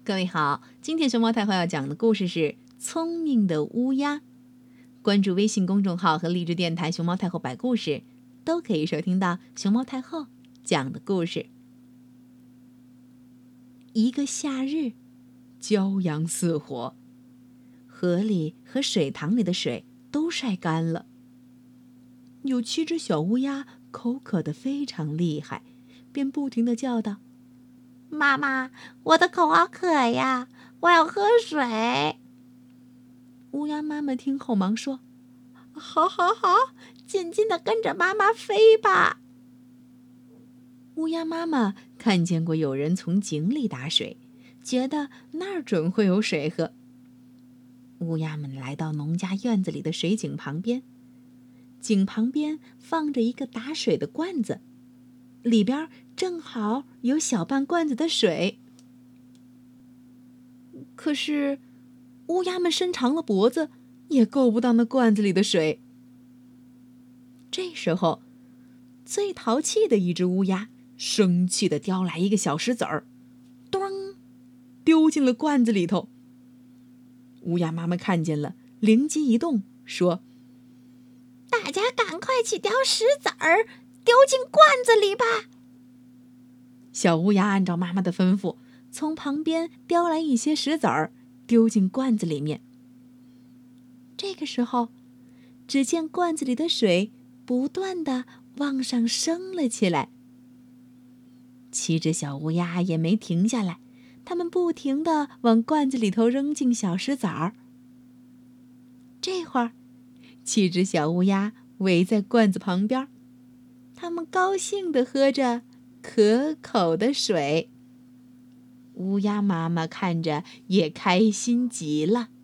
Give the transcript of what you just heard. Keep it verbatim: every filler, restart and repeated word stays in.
各位好，今天熊猫太后要讲的故事是聪明的乌鸦。关注微信公众号和荔枝电台熊猫太后摆故事，都可以收听到熊猫太后讲的故事。一个夏日，骄阳似火，河里和水塘里的水都晒干了。有七只小乌鸦口渴得非常厉害，便不停地叫道： 妈妈，我的口好渴呀，我要喝水。 乌鸦妈妈听后忙说： 好好好，紧紧地跟着妈妈飞吧。 乌鸦妈妈看见过有人从井里打水，觉得那儿准会有水喝。乌鸦们来到农家院子里的水井旁边，井旁边放着一个打水的罐子，里边正好有小半罐子的水。可是乌鸦们伸长了脖子，也够不到那罐子里的水。这时候，最淘气的一只乌鸦生气地叼来一个小石子儿，咚，丢进了罐子里头。乌鸦妈妈看见了，灵机一动，说： 大家赶快去叼石子儿，丢进罐子里吧。 小乌鸦按照妈妈的吩咐，从旁边叼来一些石子儿，丢进罐子里面。这个时候，只见罐子里的水不断地往上升了起来。七只小乌鸦也没停下来，它们不停地往罐子里头扔进小石子儿。这会儿，七只小乌鸦围在罐子旁边，它们高兴地喝着可口的水。乌鸦妈妈看着也开心极了。